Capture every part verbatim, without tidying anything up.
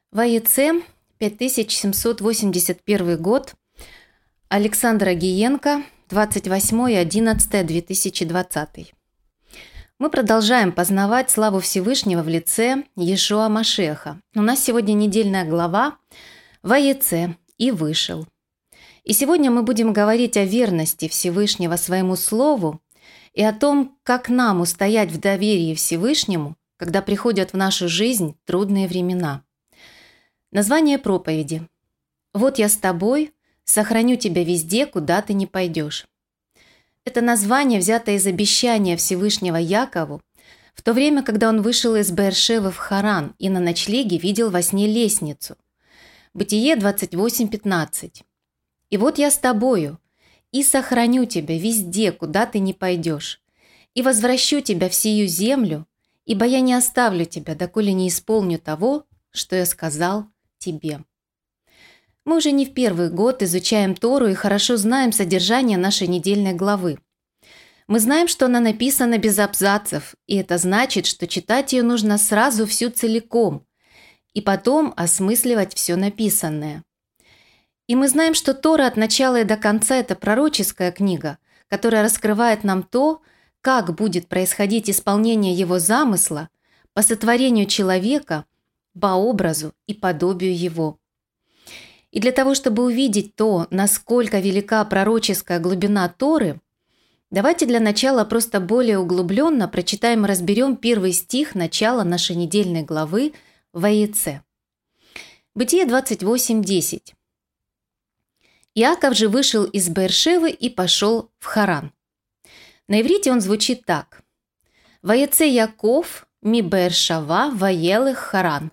ВАЕЦ, пять тысяч семьсот восемьдесят первый год, Александр Агиенко, двадцать восьмое одиннадцатое две тысячи двадцатый. Мы продолжаем познавать славу Всевышнего в лице Йешуа Машеха. У нас сегодня недельная глава «ВАЕЦ» и «Вышел». И сегодня мы будем говорить о верности Всевышнего своему Слову и о том, как нам устоять в доверии Всевышнему, когда приходят в нашу жизнь трудные времена. Название проповеди: «Вот я с тобой, сохраню тебя везде, куда ты не пойдешь». Это название взято из обещания Всевышнего Якову в то время, когда он вышел из Беэр-Шевы в Харан и на ночлеге видел во сне лестницу. Бытие двадцать восемь пятнадцать. «И вот я с тобою, и сохраню тебя везде, куда ты не пойдешь, и возвращу тебя в сию землю, ибо я не оставлю тебя, доколе не исполню того, что я сказал тебе». Мы уже не в первый год изучаем Тору и хорошо знаем содержание нашей недельной главы. Мы знаем, что она написана без абзацев, и это значит, что читать ее нужно сразу всю целиком, и потом осмысливать все написанное. И мы знаем, что Тора от начала и до конца – это пророческая книга, которая раскрывает нам то, как будет происходить исполнение его замысла по сотворению человека по образу и подобию его. И для того, чтобы увидеть то, насколько велика пророческая глубина Торы, давайте для начала просто более углубленно прочитаем и разберем первый стих начала нашей недельной главы «ВАЕЦ». Бытие двадцать восемь десять. «Иаков же вышел из Беэр-Шевы и пошел в Харан». На иврите он звучит так: «ВАЕЦ Яков ми Беэр-Шава ваелых Харан».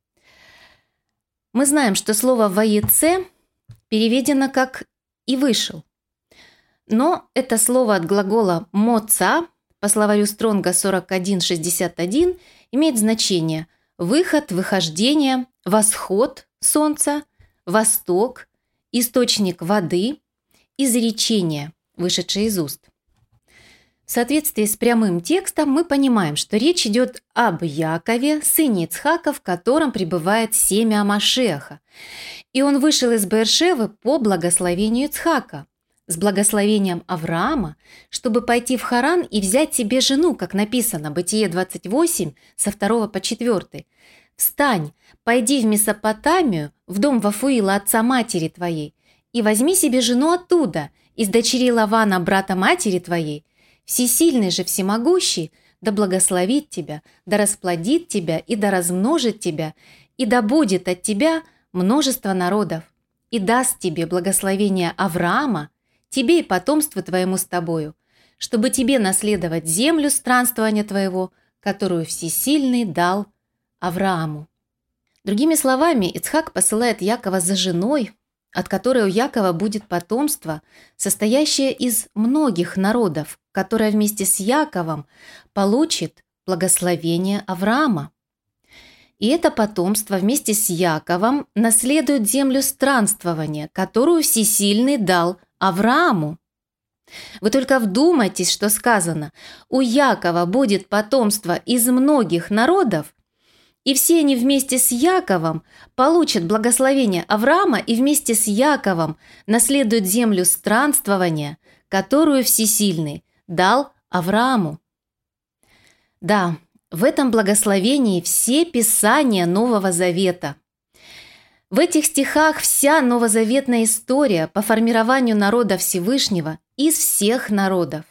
Мы знаем, что слово «ВАЕЦ» переведено как «и вышел». Но это слово от глагола «моца» по словарю Стронга сорок один шестьдесят один имеет значение «выход», «выхождение», «восход» солнца, «восток», «источник воды», «изречение», вышедшее из уст. В соответствии с прямым текстом мы понимаем, что речь идет об Якове, сыне Ицхака, в котором пребывает семя Машеха. И он вышел из Беэр-Шевы по благословению Ицхака, с благословением Авраама, чтобы пойти в Харан и взять себе жену, как написано, Бытие двадцать восемь, со второго по четвёртый. «Встань, пойди в Месопотамию, в дом Вафуила, отца матери твоей, и возьми себе жену оттуда, из дочерей Лавана, брата матери твоей. Всесильный же всемогущий да благословит тебя, да расплодит тебя и да размножит тебя, и да будет от тебя множество народов, и даст тебе благословение Авраама, тебе и потомству твоему с тобою, чтобы тебе наследовать землю странствования твоего, которую Всесильный дал Аврааму». Другими словами, Ицхак посылает Якова за женой, от которой у Якова будет потомство, состоящее из многих народов, которое вместе с Яковом получит благословение Авраама. И это потомство вместе с Яковом наследует землю странствования, которую Всесильный дал Аврааму. Вы только вдумайтесь, что сказано: «У Якова будет потомство из многих народов», и все они вместе с Яковом получат благословение Авраама и вместе с Яковом наследуют землю странствования, которую Всесильный дал Аврааму. Да, в этом благословении все писания Нового Завета. В этих стихах вся новозаветная история по формированию народа Всевышнего из всех народов.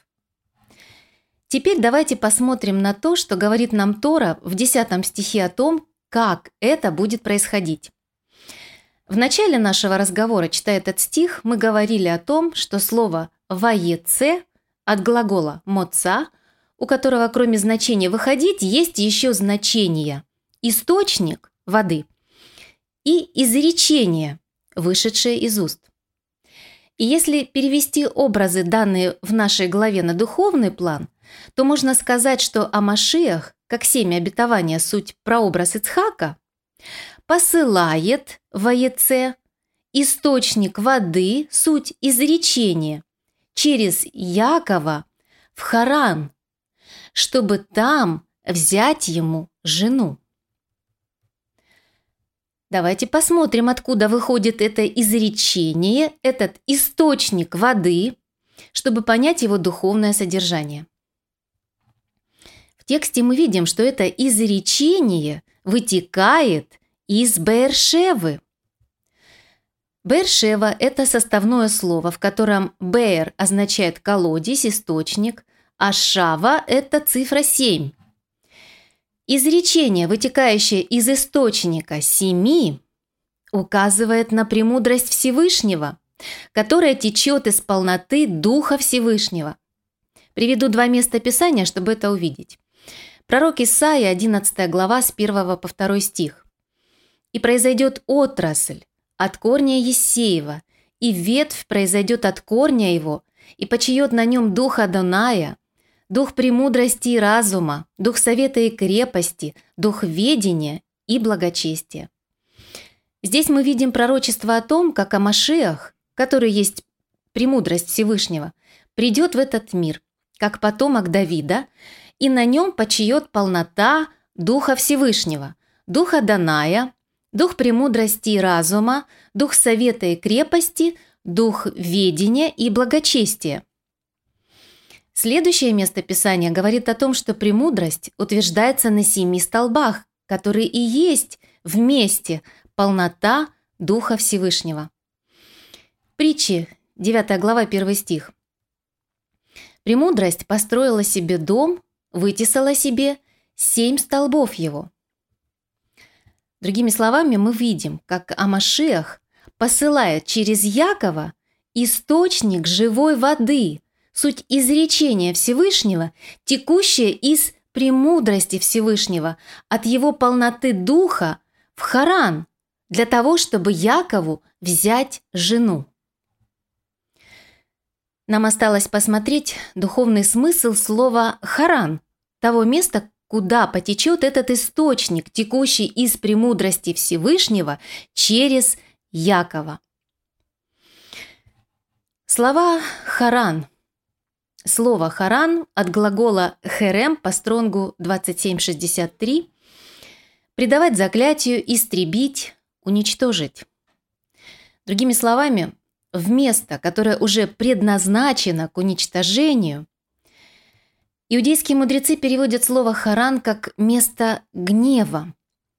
Теперь давайте посмотрим на то, что говорит нам Тора в десятом стихе о том, как это будет происходить. В начале нашего разговора, читая этот стих, мы говорили о том, что слово «ВАЕЦ» от глагола «моца», у которого кроме значения «выходить» есть еще значение «источник» воды и «изречение», вышедшее из уст. И если перевести образы, данные в нашей главе, на духовный план, то можно сказать, что о Машиах, как семя обетования, суть прообраз Ицхака, посылает ВАЕЦ источник воды, суть изречение, через Якова в Харан, чтобы там взять ему жену. Давайте посмотрим, откуда выходит это изречение, этот источник воды, чтобы понять его духовное содержание. В тексте мы видим, что это изречение вытекает из Беэр-Шевы. Беэр-Шева – это составное слово, в котором Беэр означает колодец, источник, а Шава – это цифра семь. Изречение, вытекающее из источника семи, указывает на премудрость Всевышнего, которая течет из полноты Духа Всевышнего. Приведу два места Писания, чтобы это увидеть. Пророк Исаия, одиннадцатая глава, с первого по второй стих. «И произойдет отрасль от корня Иессеева, и ветвь произойдет от корня его, и почиет на нем дух Адоная, дух премудрости и разума, дух совета и крепости, дух ведения и благочестия». Здесь мы видим пророчество о том, как Машиах, который есть премудрость Всевышнего, придет в этот мир, как потомок Давида, и на нем почиет полнота Духа Всевышнего, дух Адоная, дух премудрости и разума, дух совета и крепости, дух ведения и благочестия. Следующее место Писания говорит о том, что премудрость утверждается на семи столбах, которые и есть вместе полнота Духа Всевышнего. Притчи, девятая глава, первый стих. «Премудрость построила себе дом, вытесала себе семь столбов его». Другими словами, мы видим, как Амашиах посылает через Якова источник живой воды, суть изречения Всевышнего, текущее из премудрости Всевышнего, от его полноты духа в Харан, для того, чтобы Якову взять жену. Нам осталось посмотреть духовный смысл слова «Харан», того места, куда потечет этот источник, текущий из премудрости Всевышнего через Якова. Слова «Харан». Слово «Харан» от глагола «херем» по Стронгу двадцать семь шестьдесят три «предавать заклятию, истребить, уничтожить». Другими словами, в место, которое уже предназначено к уничтожению, иудейские мудрецы переводят слово «харан» как «место гнева».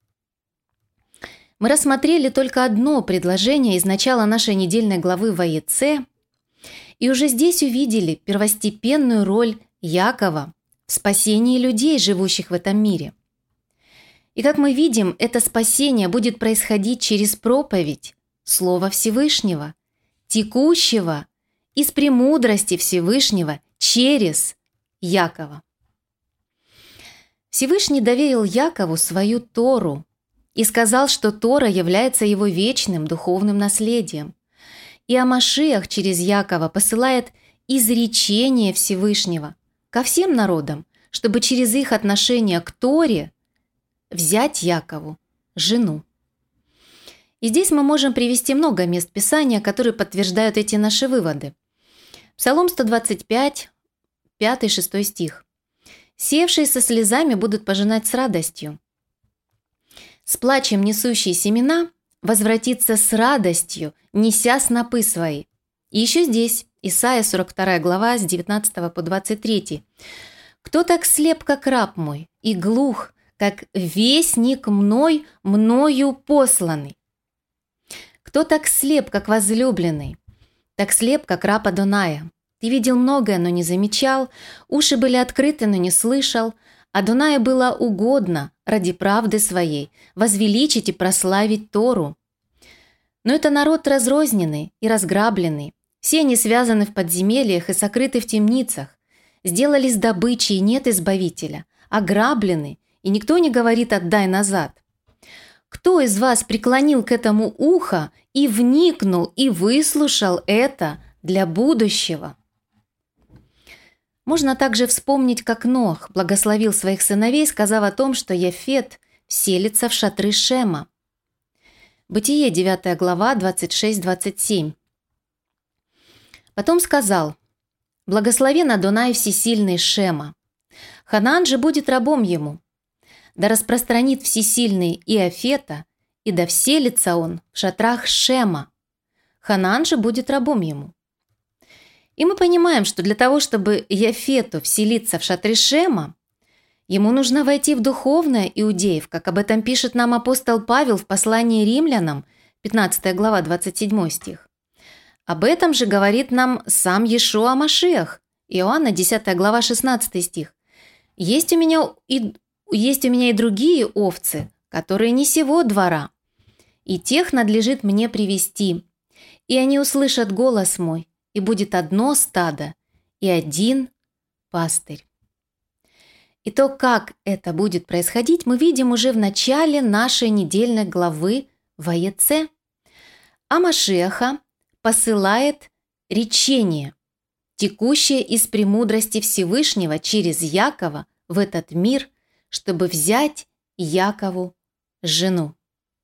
Мы рассмотрели только одно предложение из начала нашей недельной главы Ваеце, и уже здесь увидели первостепенную роль Якова в спасении людей, живущих в этом мире. И как мы видим, это спасение будет происходить через проповедь Слова Всевышнего, текущего из премудрости Всевышнего через Якова. Всевышний доверил Якову свою Тору и сказал, что Тора является его вечным духовным наследием. И Амашиах через Якова посылает изречение Всевышнего ко всем народам, чтобы через их отношение к Торе взять Якову жену. И здесь мы можем привести много мест Писания, которые подтверждают эти наши выводы. Псалом сто двадцать пять, пятый-шестой стих. «Севшие со слезами будут пожинать с радостью. С плачем несущие семена возвратится с радостью, неся снопы свои». И еще здесь, Исайя сорок вторая глава, с девятнадцатого по двадцать третий. «Кто так слеп, как раб мой, и глух, как вестник мной, мною посланный? Кто так слеп, как возлюбленный, так слеп, как раб Адоная? Ты видел многое, но не замечал, уши были открыты, но не слышал. Адонаю было угодно ради правды своей возвеличить и прославить Тору. Но это народ разрозненный и разграбленный. Все они связаны в подземельях и сокрыты в темницах. Сделались добычей, и нет избавителя, ограблены, и никто не говорит «отдай назад». Кто из вас преклонил к этому ухо и вникнул и выслушал это для будущего? Можно также вспомнить, как Нох благословил своих сыновей, сказав о том, что Яфет вселится в шатры Шема. Бытие, девятая глава, двадцать шесть двадцать семь. Потом сказал: «Благословен Адонай всесильный Шема. Ханаан же будет рабом ему. Да распространит всесильный Иафета и да вселится он в шатрах Шема. Ханаан же будет рабом ему. И мы понимаем, что для того, чтобы Яфету вселиться в шатры Шема, ему нужно войти в духовное иудеев, как об этом пишет нам апостол Павел в послании римлянам, пятнадцатая глава, двадцать седьмой стих. Об этом же говорит нам сам Иешуа Машиах, Иоанна, десятая глава, шестнадцатый стих. «Есть у меня и, есть у меня и другие овцы, которые не сего двора, и тех надлежит мне привести, и они услышат голос мой, и будет одно стадо, и один пастырь». И то, как это будет происходить, мы видим уже в начале нашей недельной главы Ваеце. А Машиаха посылает речение, текущее из премудрости Всевышнего через Якова в этот мир, чтобы взять Якову жену.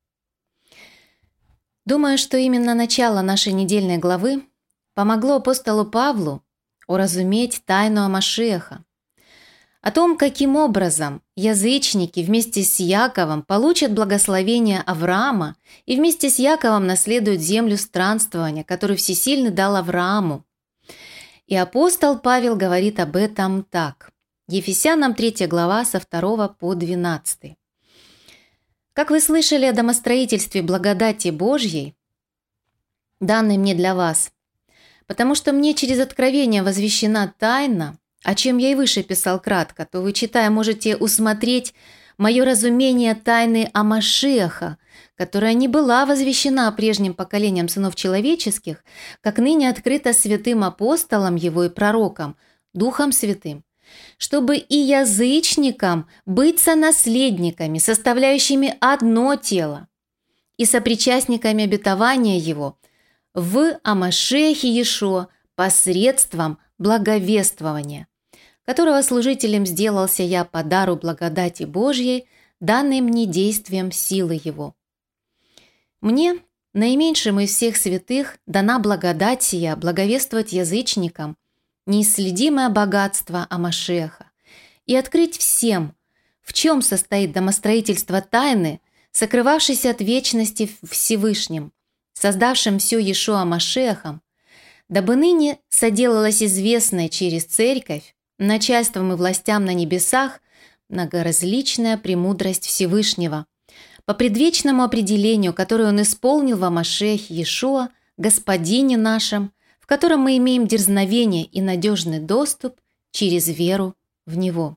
Думаю, что именно начало нашей недельной главы помогло апостолу Павлу уразуметь тайну о Машиаха, о том, каким образом язычники вместе с Яковом получат благословение Авраама и вместе с Яковом наследуют землю странствования, которую Всесильный дал Аврааму. И апостол Павел говорит об этом так. Ефесянам третья глава со второго по двенадцатый. «Как вы слышали о домостроительстве благодати Божьей, данной мне для вас, потому что мне через откровение возвещена тайна, о чем я и выше писал кратко, то вы, читая, можете усмотреть мое разумение тайны о Машиаха, которая не была возвещена прежним поколениям сынов человеческих, как ныне открыта святым апостолам его и пророкам, Духом Святым, чтобы и язычникам быть сонаследниками, составляющими одно тело, и сопричастниками обетования его в о Машиахе Иешуа посредством благовествования, которого служителем сделался я по дару благодати Божьей, данной мне действием силы Его. Мне, наименьшим из всех святых, дана благодать сия благовествовать язычникам неисследимое богатство о Машиаха и открыть всем, в чем состоит домостроительство тайны, сокрывавшейся от вечности Всевышним, создавшим все Иешуа Машиахом, дабы ныне соделалось известное через Церковь, начальством и властям на небесах, многоразличная премудрость Всевышнего, по предвечному определению, которое Он исполнил во Машиахе Иешуа, Господине нашем, в котором мы имеем дерзновение и надежный доступ через веру в Него.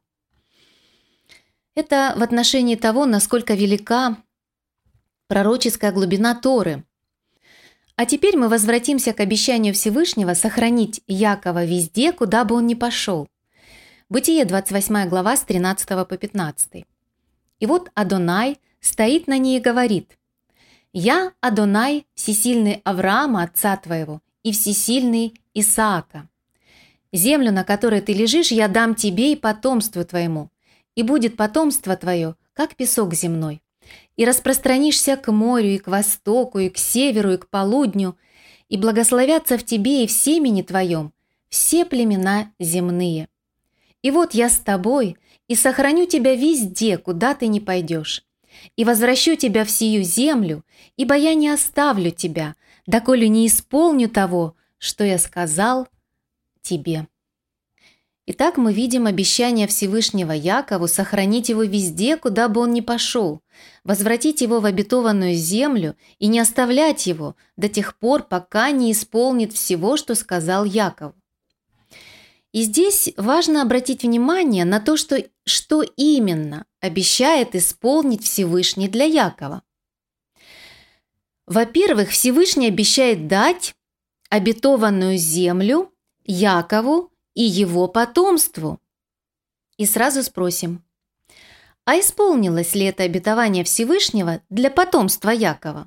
Это в отношении того, насколько велика пророческая глубина Торы. А теперь мы возвратимся к обещанию Всевышнего сохранить Якова везде, куда бы он ни пошел. Бытие, двадцать восьмая глава, с тринадцатого по пятнадцатый. «И вот Адонай стоит на ней и говорит: «Я, Адонай, всесильный Авраама, отца твоего, и всесильный Исаака. Землю, на которой ты лежишь, я дам тебе и потомству твоему, и будет потомство твое, как песок земной. И распространишься к морю, и к востоку, и к северу, и к полудню, и благословятся в тебе и в семени твоем все племена земные. И вот я с тобой, и сохраню тебя везде, куда ты не пойдешь, и возвращу тебя в сию землю, ибо я не оставлю тебя, доколе не исполню того, что я сказал тебе». Итак, мы видим обещание Всевышнего Якову сохранить его везде, куда бы он ни пошел, возвратить его в обетованную землю и не оставлять его до тех пор, пока не исполнит всего, что сказал Яков. И здесь важно обратить внимание на то, что, что именно обещает исполнить Всевышний для Якова. Во-первых, Всевышний обещает дать обетованную землю Якову и его потомству. И сразу спросим, а исполнилось ли это обетование Всевышнего для потомства Якова?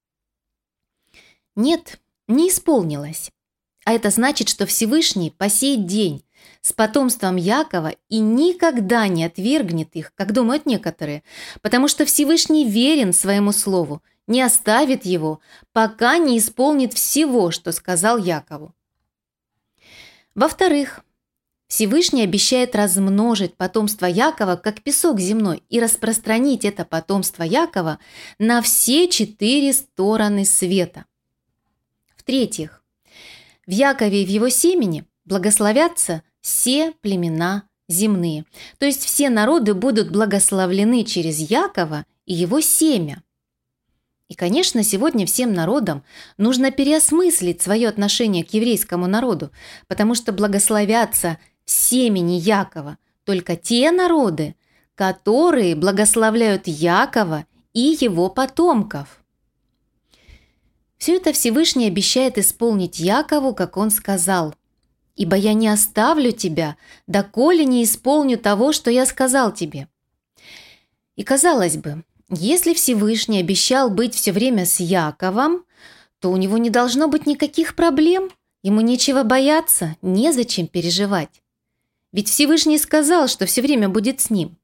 Нет, не исполнилось. А это значит, что Всевышний по сей день с потомством Якова и никогда не отвергнет их, как думают некоторые, потому что Всевышний верен своему слову, не оставит его, пока не исполнит всего, что сказал Якову. Во-вторых, Всевышний обещает размножить потомство Якова, как песок земной, и распространить это потомство Якова на все четыре стороны света. В-третьих, в Якове и в его семени благословятся все племена земные. То есть все народы будут благословлены через Якова и его семя. И, конечно, сегодня всем народам нужно переосмыслить свое отношение к еврейскому народу, потому что благословятся в семени Якова только те народы, которые благословляют Якова и его потомков. Все это Всевышний обещает исполнить Якову, как он сказал: «Ибо я не оставлю тебя, доколе не исполню того, что я сказал тебе». И казалось бы, если Всевышний обещал быть все время с Яковом, то у него не должно быть никаких проблем, ему нечего бояться, незачем переживать. Ведь Всевышний сказал, что все время будет с ним.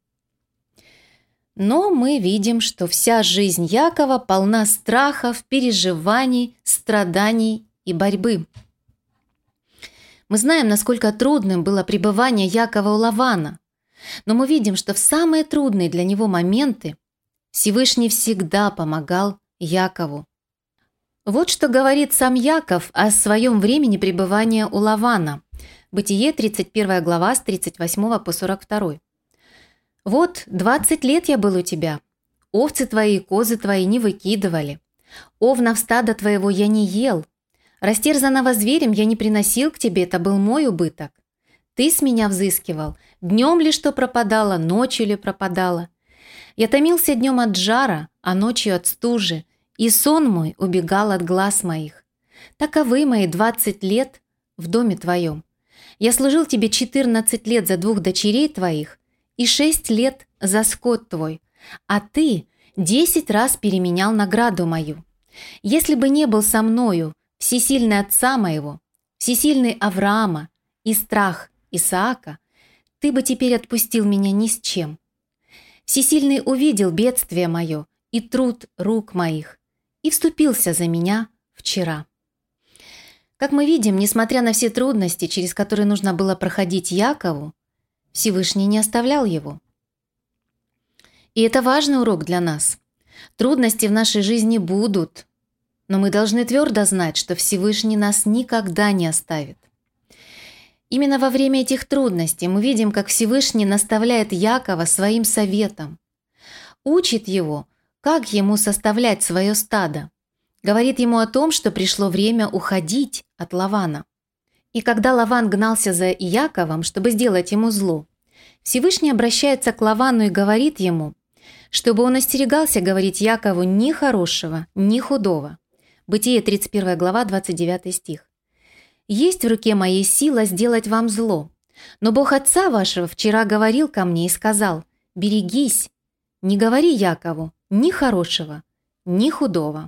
Но мы видим, что вся жизнь Якова полна страхов, переживаний, страданий и борьбы. Мы знаем, насколько трудным было пребывание Якова у Лавана, но мы видим, что в самые трудные для него моменты Всевышний всегда помогал Якову. Вот что говорит сам Яков о своем времени пребывания у Лавана. Бытие, тридцать первая глава, с тридцать восьмого по сорок второй. «Вот двадцать лет я был у тебя. Овцы твои и козы твои не выкидывали. Овнов стада твоего я не ел. Растерзанного зверем я не приносил к тебе, это был мой убыток. Ты с меня взыскивал. Днем ли что пропадало, ночью ли пропадало. Я томился днем от жара, а ночью от стужи, и сон мой убегал от глаз моих. Таковы мои двадцать лет в доме твоем. Я служил тебе четырнадцать лет за двух дочерей твоих и шесть лет за скот твой, а ты десять раз переменял награду мою. Если бы не был со мною всесильный отца моего, всесильный Авраама и страх Исаака, ты бы теперь отпустил меня ни с чем. Всесильный увидел бедствие мое и труд рук моих и вступился за меня вчера». Как мы видим, несмотря на все трудности, через которые нужно было проходить Якову, Всевышний не оставлял его. И это важный урок для нас. Трудности в нашей жизни будут, но мы должны твердо знать, что Всевышний нас никогда не оставит. Именно во время этих трудностей мы видим, как Всевышний наставляет Якова своим советом, учит его, как ему составлять свое стадо, говорит ему о том, что пришло время уходить от Лавана. И когда Лаван гнался за Яковом, чтобы сделать ему зло, Всевышний обращается к Лавану и говорит ему, чтобы он остерегался говорить Якову ни хорошего, ни худого. Бытие, тридцать первая глава, двадцать девятый стих. «Есть в руке моей сила сделать вам зло, но Бог отца вашего вчера говорил ко мне и сказал: берегись, не говори Якову ни хорошего, ни худого».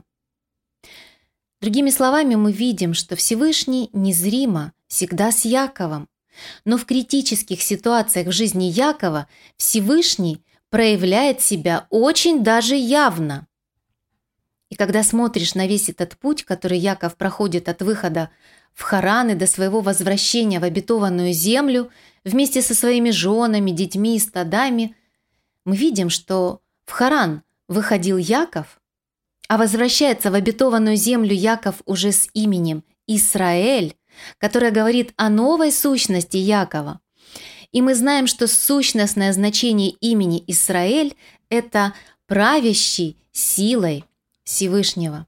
Другими словами, мы видим, что Всевышний незримо всегда с Яковом, но в критических ситуациях в жизни Якова Всевышний проявляет себя очень даже явно. И когда смотришь на весь этот путь, который Яков проходит от выхода в Харан и до своего возвращения в обетованную землю вместе со своими женами, детьми и стадами, мы видим, что в Харан выходил Яков, а возвращается в обетованную землю Яков уже с именем Исраэль, которое говорит о новой сущности Якова. И мы знаем, что сущностное значение имени Исраэль – это правящий силой Всевышнего.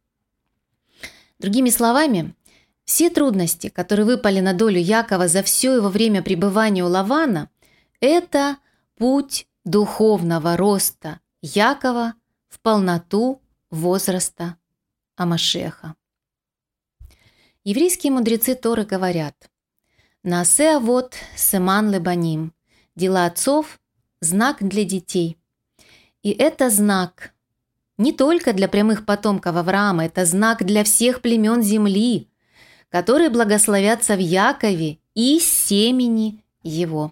Другими словами, все трудности, которые выпали на долю Якова за все его время пребывания у Лавана, это путь духовного роста Якова в полноту возраста Амашеха. Еврейские мудрецы Торы говорят: «Наасе авот семан лебаним» – дела отцов – знак для детей. И это знак не только для прямых потомков Авраама, это знак для всех племен земли, которые благословятся в Якове и семени его.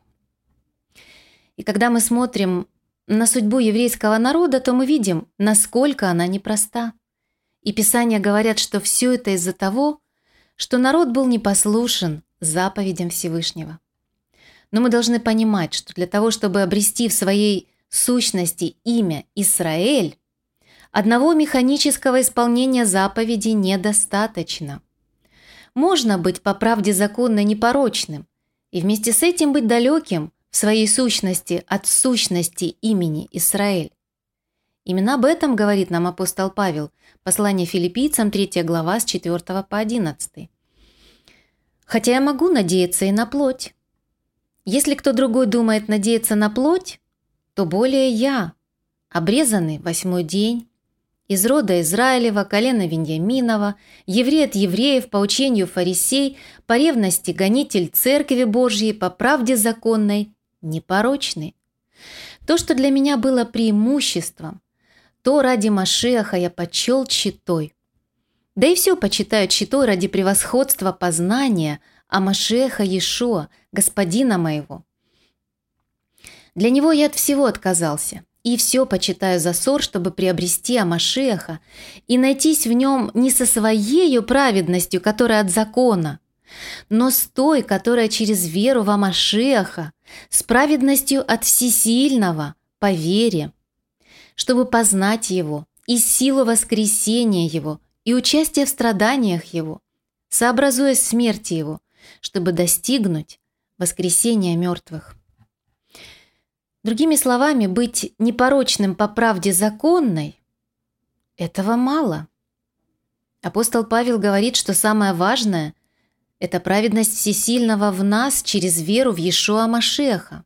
И когда мы смотрим на судьбу еврейского народа, то мы видим, насколько она непроста. И Писания говорят, что все это из-за того, что народ был непослушен заповедям Всевышнего. Но мы должны понимать, что для того, чтобы обрести в своей сущности имя Израиль, одного механического исполнения заповедей недостаточно. Можно быть по правде законно непорочным и вместе с этим быть далеким в своей сущности от сущности имени Израиль. Именно об этом говорит нам апостол Павел, послание Филиппийцам, третья глава, с четвёртого по одиннадцатый. «Хотя я могу надеяться и на плоть. Если кто другой думает надеяться на плоть, то более я, обрезанный восьмой день, из рода Израилева, колена Виньяминова, еврей от евреев, по учению фарисей, по ревности гонитель Церкви Божьей, по правде законной, непорочный. То, что для меня было преимуществом, то ради Машиаха я почел тщетой. Да и все почитаю тщетой ради превосходства познания о Машиаха Иешуа, Господина моего. Для него я от всего отказался, и все почитаю за ссор, чтобы приобрести Амашиаха и найтись в нем не со своею праведностью, которая от закона, но с той, которая через веру в Амашиаха, с праведностью от Всесильного, по вере, чтобы познать Его и силу воскресения Его и участие в страданиях Его, сообразуясь смерти Его, чтобы достигнуть воскресения мертвых». Другими словами, быть непорочным по правде законной – этого мало. Апостол Павел говорит, что самое важное – это праведность Всесильного в нас через веру в Иешуа Машиаха.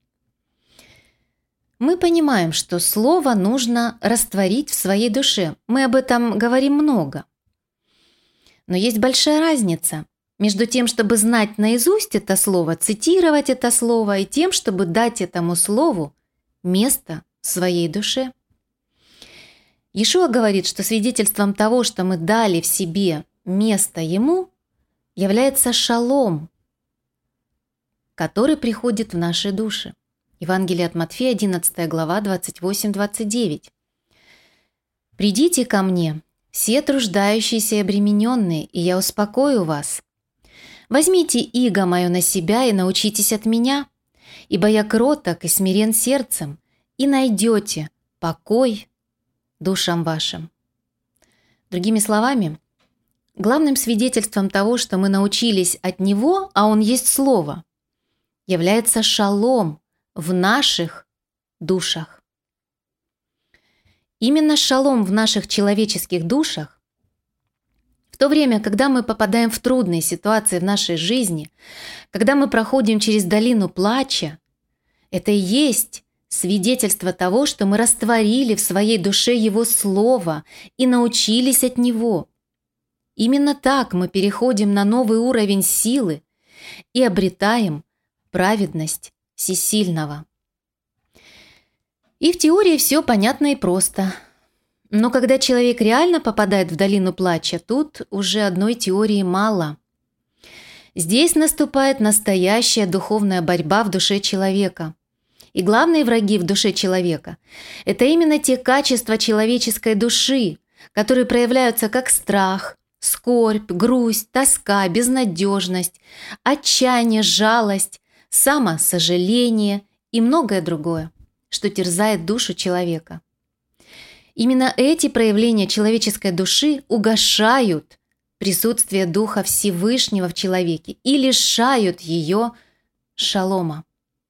Мы понимаем, что слово нужно растворить в своей душе. Мы об этом говорим много. Но есть большая разница между тем, чтобы знать наизусть это слово, цитировать это слово, и тем, чтобы дать этому слову место в своей душе. Иешуа говорит, что свидетельством того, что мы дали в себе место Ему, является шалом, который приходит в наши души. Евангелие от Матфея, одиннадцатая глава, двадцать восемь двадцать девять. «Придите ко мне, все труждающиеся и обремененные, и я успокою вас. Возьмите иго мое на себя и научитесь от меня, ибо я кроток и смирен сердцем, и найдете покой душам вашим». Другими словами, главным свидетельством того, что мы научились от Него, а Он есть Слово, является шалом в наших душах. Именно шалом в наших человеческих душах, в то время, когда мы попадаем в трудные ситуации в нашей жизни, когда мы проходим через долину плача, это и есть свидетельство того, что мы растворили в своей душе Его Слово и научились от Него. Именно так мы переходим на новый уровень силы и обретаем праведность Всесильного. И в теории все понятно и просто. Но когда человек реально попадает в долину плача, тут уже одной теории мало. Здесь наступает настоящая духовная борьба в душе человека. И главные враги в душе человека – это именно те качества человеческой души, которые проявляются как страх, скорбь, грусть, тоска, безнадежность, отчаяние, жалость, самосожаление и многое другое, что терзает душу человека. Именно эти проявления человеческой души угашают присутствие Духа Всевышнего в человеке и лишают ее шалома.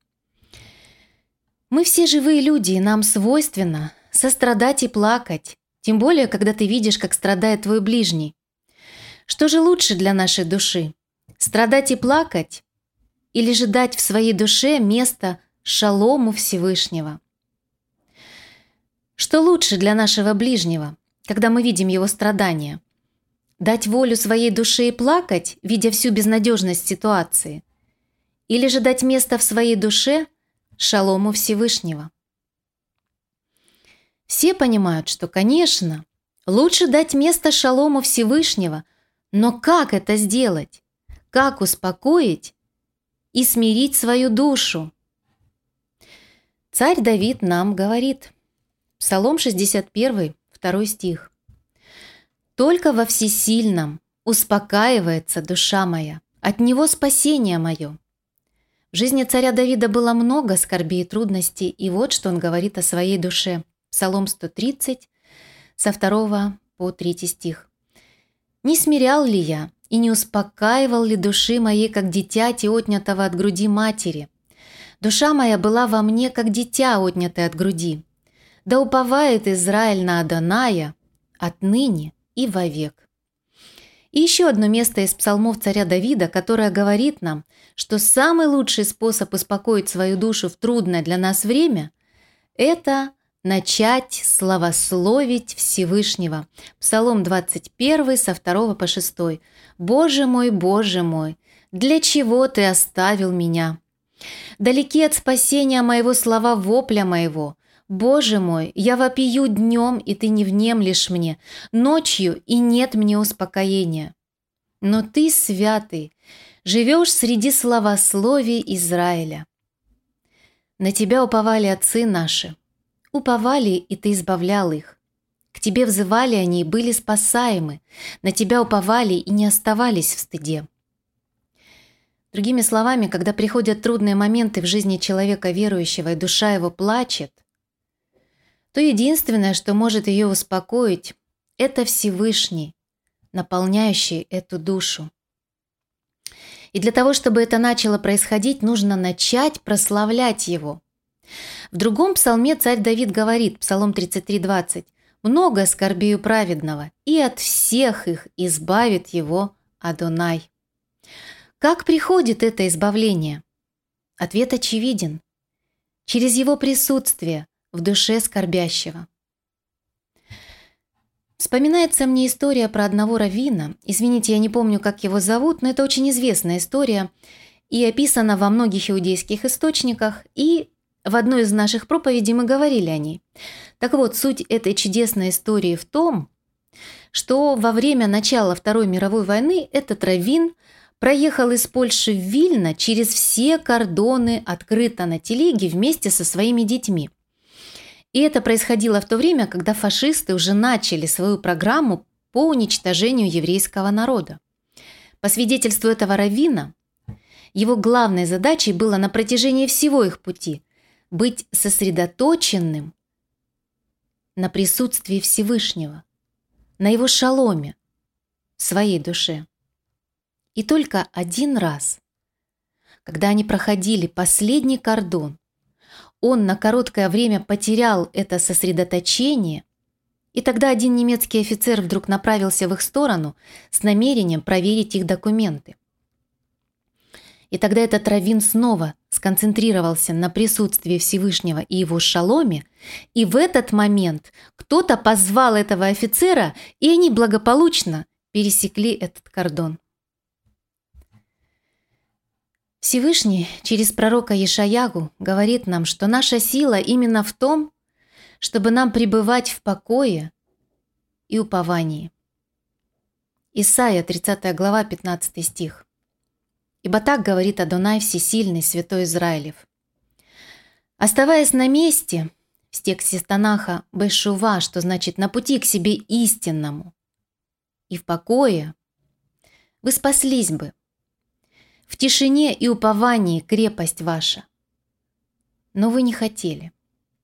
Мы все живые люди, и нам свойственно сострадать и плакать, тем более, когда ты видишь, как страдает твой ближний. Что же лучше для нашей души? Страдать и плакать? Или же дать в своей душе место шалому Всевышнего? Что лучше для нашего ближнего, когда мы видим его страдания? Дать волю своей душе и плакать, видя всю безнадежность ситуации? Или же дать место в своей душе шалому Всевышнего? Все понимают, что, конечно, лучше дать место шалому Всевышнего, но как это сделать? Как успокоить и смирить свою душу? Царь Давид нам говорит, Псалом шестьдесят один, второй стих. «Только во всесильном успокаивается душа моя, от него спасение мое. В жизни царя Давида было много скорби и трудностей, и вот что он говорит о своей душе. Псалом сто тридцать, со второго по третий стих. «Не смирял ли я и не успокаивал ли души моей, как дитяти, отнятого от груди матери? Душа моя была во мне, как дитя, отнятое от груди. Да уповает Израиль на Адоная отныне и вовек». И еще одно место из псалмов царя Давида, которое говорит нам, что самый лучший способ успокоить свою душу в трудное для нас время – это начать славословить Всевышнего. Псалом двадцать один, со второго по шестой. «Боже мой, Боже мой, для чего Ты оставил меня? Далеки от спасения моего слова вопля моего. Боже мой, я вопию днем, и Ты не внемлешь мне, ночью, и нет мне успокоения. Но Ты, святый, живешь среди славословий Израиля. На Тебя уповали отцы наши, уповали, и Ты избавлял их. К Тебе взывали они и были спасаемы, на Тебя уповали и не оставались в стыде». Другими словами, когда приходят трудные моменты в жизни человека верующего, и душа его плачет, то единственное, что может ее успокоить, это Всевышний, наполняющий эту душу. И для того, чтобы это начало происходить, нужно начать прославлять Его. В другом псалме царь Давид говорит, Псалом тридцать три, двадцать, «Много скорбею праведного, и от всех их избавит его Адонай». Как приходит это избавление? Ответ очевиден. Через Его присутствие в душе скорбящего. Вспоминается мне история про одного раввина. Извините, я не помню, как его зовут, но это очень известная история и описана во многих иудейских источниках, и в одной из наших проповедей мы говорили о ней. Так вот, суть этой чудесной истории в том, что во время начала Второй мировой войны этот раввин проехал из Польши в Вильно через все кордоны открыто на телеге вместе со своими детьми. И это происходило в то время, когда фашисты уже начали свою программу по уничтожению еврейского народа. По свидетельству этого раввина, его главной задачей было на протяжении всего их пути быть сосредоточенным на присутствии Всевышнего, на Его шаломе в своей душе. И только один раз, когда они проходили последний кордон, он на короткое время потерял это сосредоточение, и тогда один немецкий офицер вдруг направился в их сторону с намерением проверить их документы. И тогда этот раввин снова сконцентрировался на присутствии Всевышнего и его шаломе, и в этот момент кто-то позвал этого офицера, и они благополучно пересекли этот кордон. Всевышний через пророка Ешаягу говорит нам, что наша сила именно в том, чтобы нам пребывать в покое и уповании. Исайя, тридцатая глава, пятнадцатый стих. «Ибо так говорит Адонай Всесильный, Святой Израилев. Оставаясь на месте, в тексте Танаха Бешува, что значит на пути к себе истинному, и в покое, вы спаслись бы. В тишине и уповании крепость ваша. Но вы не хотели».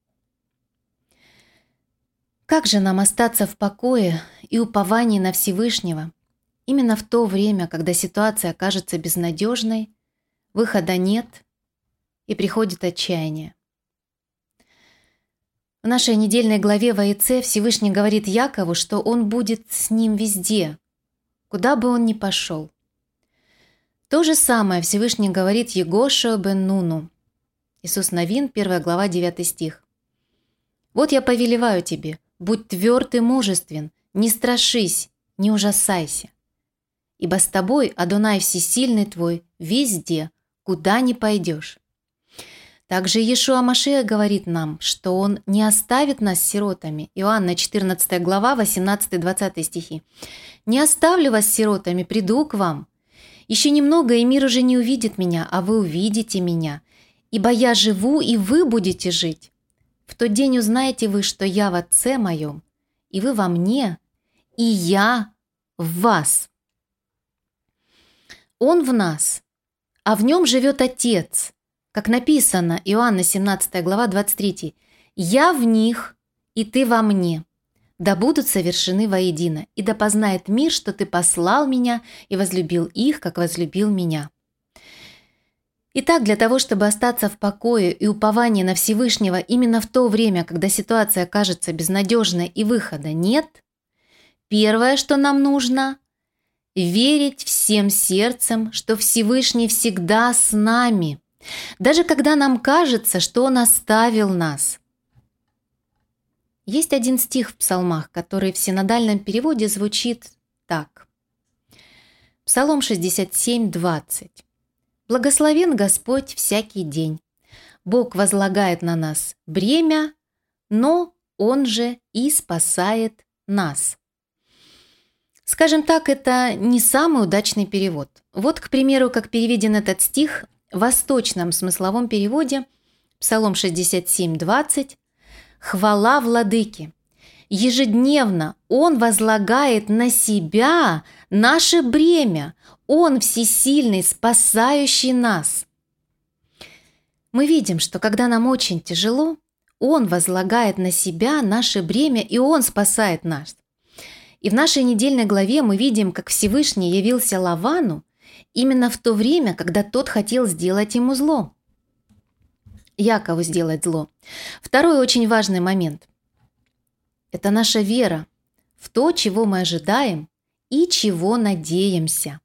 Как же нам остаться в покое и уповании на Всевышнего именно в то время, когда ситуация кажется безнадежной, выхода нет и приходит отчаяние? В нашей недельной главе Ваеце Всевышний говорит Якову, что он будет с ним везде, куда бы он ни пошел. То же самое Всевышний говорит Егошуа бен Нуну. Иисус Навин, первая глава, девятый стих. «Вот я повелеваю тебе, будь тверд и мужествен, не страшись, не ужасайся. Ибо с тобой Адонай Всесильный твой везде, куда ни пойдешь». Также Иешуа Машиах говорит нам, что Он не оставит нас сиротами. Иоанна, четырнадцатая глава, восемнадцатый-двадцатый стихи. «Не оставлю вас сиротами, приду к вам. Еще немного, и мир уже не увидит меня, а вы увидите меня. Ибо я живу, и вы будете жить. В тот день узнаете вы, что я в Отце моем, и вы во мне, и я в вас». Он в нас, а в нем живет Отец, Как написано, Иоанна семнадцатая глава, двадцать третий. «Я в них, и ты во мне, да будут совершены воедино, и да познает мир, что ты послал меня и возлюбил их, как возлюбил меня». Итак, для того, чтобы остаться в покое и уповании на Всевышнего именно в то время, когда ситуация кажется безнадежной и выхода нет, первое, что нам нужно – верить всем сердцем, что Всевышний всегда с нами, даже когда нам кажется, что Он оставил нас. Есть один стих в Псалмах, который в синодальном переводе звучит так. Псалом шестьдесят семь, двадцать. «Благословен Господь всякий день. Бог возлагает на нас бремя, но Он же и спасает нас». Скажем так, это не самый удачный перевод. Вот, к примеру, как переведен этот стих в восточном смысловом переводе, Псалом шестьдесят семь, двадцать. «Хвала владыке! Ежедневно Он возлагает на себя наше бремя, Он всесильный, спасающий нас». Мы видим, что когда нам очень тяжело, Он возлагает на себя наше бремя, и Он спасает нас. И в нашей недельной главе мы видим, как Всевышний явился Лавану именно в то время, когда тот хотел сделать ему зло. Якову сделать зло. Второй очень важный момент – это наша вера в то, чего мы ожидаем и чего надеемся.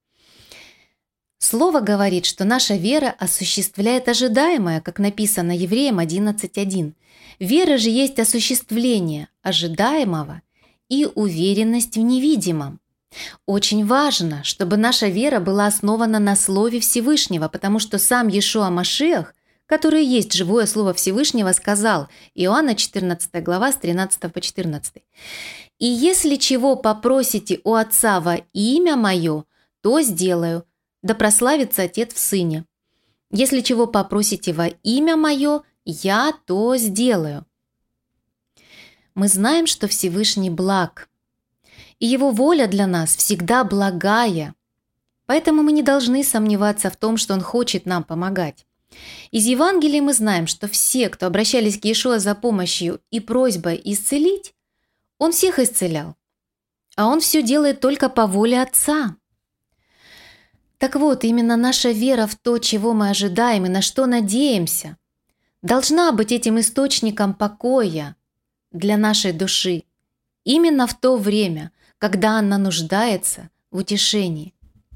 Слово говорит, что наша вера осуществляет ожидаемое, как написано Евреям одиннадцать один. Вера же есть осуществление ожидаемого и уверенность в невидимом. Очень важно, чтобы наша вера была основана на Слове Всевышнего, потому что сам Иешуа Машиах, который есть живое Слово Всевышнего, сказал, Иоанна четырнадцатая глава, с тринадцатого по четырнадцатый. «И если чего попросите у Отца во имя Мое, то сделаю, да прославится Отец в Сыне. Если чего попросите во имя Мое, я то сделаю». Мы знаем, что Всевышний благ, и Его воля для нас всегда благая, поэтому мы не должны сомневаться в том, что Он хочет нам помогать. Из Евангелия мы знаем, что все, кто обращались к Иешуа за помощью и просьбой исцелить, Он всех исцелял, а Он все делает только по воле Отца. Так вот, именно наша вера в то, чего мы ожидаем и на что надеемся, должна быть этим источником покоя для нашей души именно в то время, когда она нуждается в утешении.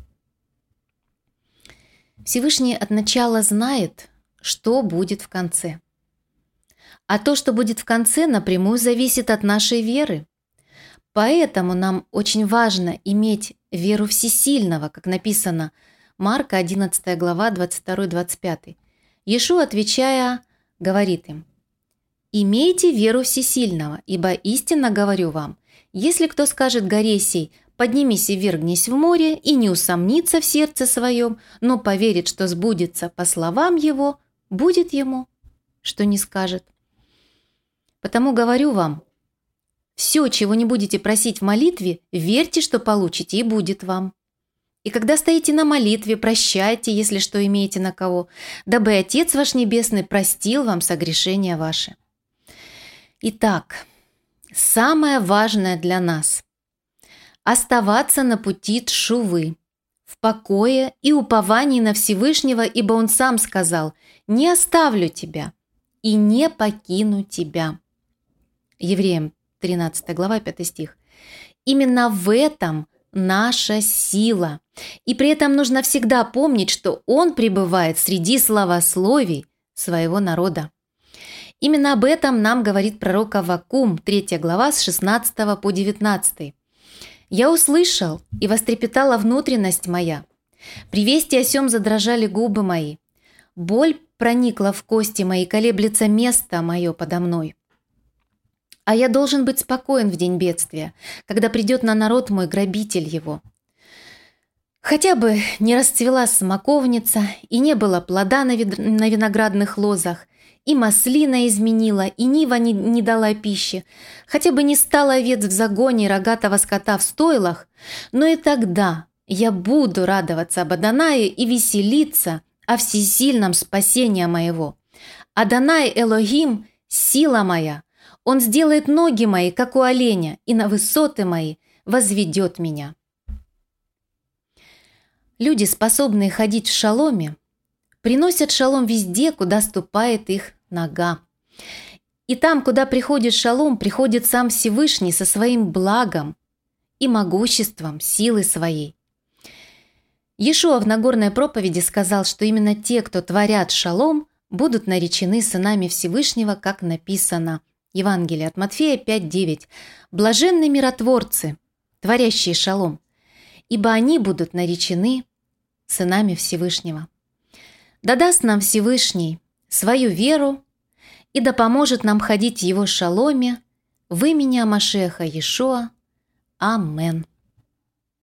Всевышний от начала знает, что будет в конце. А то, что будет в конце, напрямую зависит от нашей веры. Поэтому нам очень важно иметь веру всесильного, как написано Марка одиннадцатая глава, двадцать второй двадцать пятый. Иешуа, отвечая, говорит им: «Имейте веру всесильного, ибо истинно говорю вам, если кто скажет горе сей, поднимись и вергнись в море, и не усомнится в сердце своем, но поверит, что сбудется по словам его, будет ему, что не скажет. Потому говорю вам, все, чего не будете просить в молитве, верьте, что получите, и будет вам. И когда стоите на молитве, прощайте, если что имеете на кого, дабы Отец ваш Небесный простил вам согрешения ваши». Итак, самое важное для нас – оставаться на пути тшувы, в покое и уповании на Всевышнего, ибо Он сам сказал: «Не оставлю тебя и не покину тебя». Евреям тринадцатая глава, пятый стих. Именно в этом наша сила. И при этом нужно всегда помнить, что Он пребывает среди славословий своего народа. Именно об этом нам говорит пророк Аввакум, третья глава, с шестнадцатого по девятнадцатый. «Я услышал, и вострепетала внутренность моя. При вести о сем задрожали губы мои. Боль проникла в кости мои, колеблется место мое подо мной. А я должен быть спокоен в день бедствия, когда придет на народ мой грабитель его. Хотя бы не расцвела смоковница, и не было плода на, вид... на виноградных лозах, и маслина изменила, и нива не, не дала пищи, хотя бы не стало овец в загоне и рогатого скота в стойлах, но и тогда я буду радоваться об Адонае и веселиться о всесильном спасения моего. Адонай Элогим – сила моя. Он сделает ноги мои, как у оленя, и на высоты мои возведет меня». Люди, способные ходить в шаломе, приносят шалом везде, куда ступает их нога. И там, куда приходит шалом, приходит сам Всевышний со своим благом и могуществом силы своей. Иешуа в Нагорной проповеди сказал, что именно те, кто творят шалом, будут наречены сынами Всевышнего, как написано. Евангелие от Матфея пять девять. «Блаженны миротворцы, творящие шалом, ибо они будут наречены сынами Всевышнего». Да даст нам Всевышний свою веру и да поможет нам ходить в Его шаломе в имени Амашеха Иешуа. Амен.